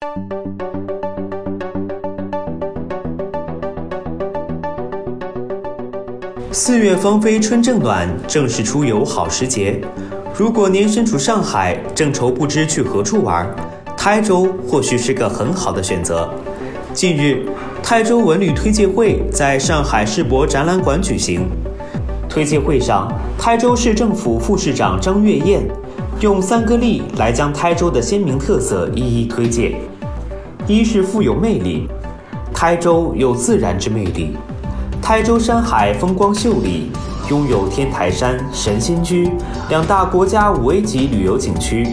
4月芳菲春正暖，正是出游好时节。如果您身处上海，正愁不知去何处玩，台州或许是个很好的选择。近日，台州文旅推介会在上海世博展览馆举行。推介会上，台州市政府副市长张月燕用3个例来将台州的鲜明特色一一推介。一是富有魅力，台州有自然之魅力。台州山海风光秀丽，拥有天台山、神仙居2大国家5A 级旅游景区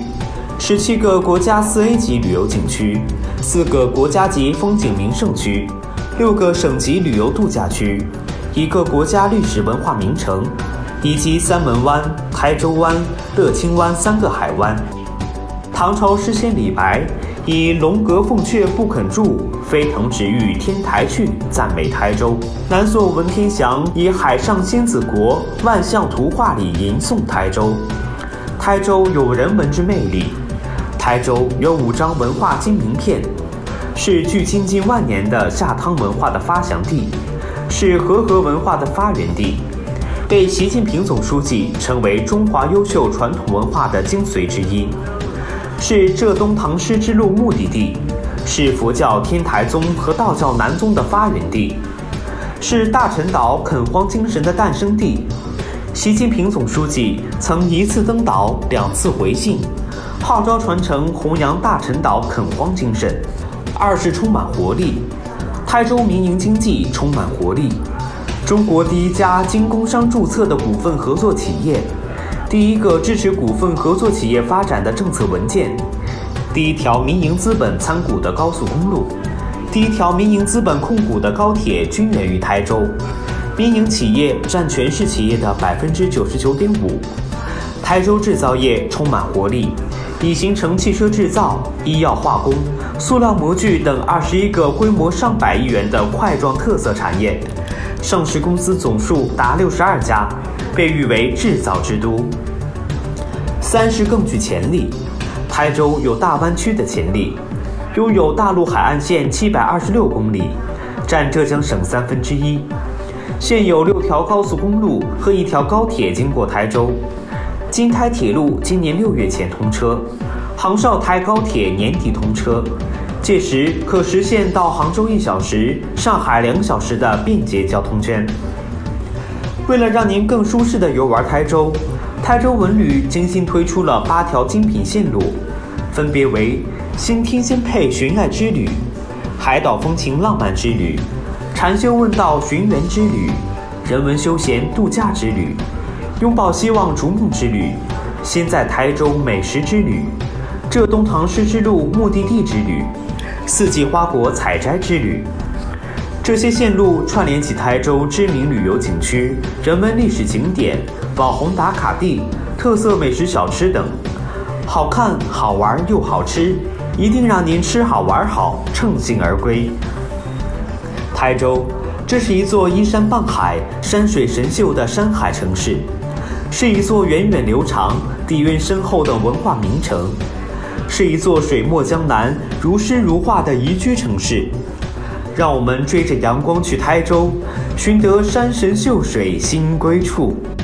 ，17个国家4A 级旅游景区，4个国家级风景名胜区，6个省级旅游度假区，1个国家历史文化名城，以及三门湾、台州湾、乐清湾3个海湾。唐朝诗仙李白以龙阁凤阙不肯住，飞腾直欲天台去，赞美台州。南宋文天祥以海上仙子国，万象图画里吟诵台州。台州有人文之魅力，台州有5张文化金名片，是距今近万年的夏汤文化的发祥地，是和合文化的发源地，被习近平总书记称为中华优秀传统文化的精髓之一，是浙东唐诗之路目的地，是佛教天台宗和道教南宗的发源地，是大陈岛垦荒精神的诞生地。习近平总书记曾1次登岛2次回信，号召传承弘扬大陈岛垦荒精神。2是充满活力，台州民营经济充满活力，中国第1家经工商注册的股份合作企业，第1个支持股份合作企业发展的政策文件，第1条民营资本参股的高速公路，第1条民营资本控股的高铁均源于台州，民营企业占全市企业的99.5%。台州制造业充满活力，已形成汽车制造、医药化工、塑料模具等21个规模上百亿元的块状特色产业，上市公司总数达62家，被誉为制造之都。3是更具潜力，台州有大湾区的潜力，拥有大陆海岸线726公里，占浙江省1/3，现有6条高速公路和1条高铁经过台州。京台铁路今年6月前通车，杭绍台高铁年底通车，届时可实现到杭州1小时、上海2小时的便捷交通圈。为了让您更舒适地游玩台州，台州文旅精心推出了8条精品线路，分别为新天仙配寻爱之旅、海岛风情浪漫之旅、禅修问道寻源之旅、人文休闲度假之旅、拥抱希望逐梦之旅、先在台州美食之旅、浙东唐诗之路目的地之旅、4季花果采摘之旅。这些线路串联起台州知名旅游景区、人文历史景点、网红打卡地、特色美食小吃等，好看、好玩又好吃，一定让您吃好玩好，乘兴而归。台州，这是一座依山傍海、山水神秀的山海城市，是一座源远流长、底蕴深厚的文化名城，是一座水墨江南、如诗如画的宜居城市。让我们追着阳光去台州，寻得山神秀水新归处。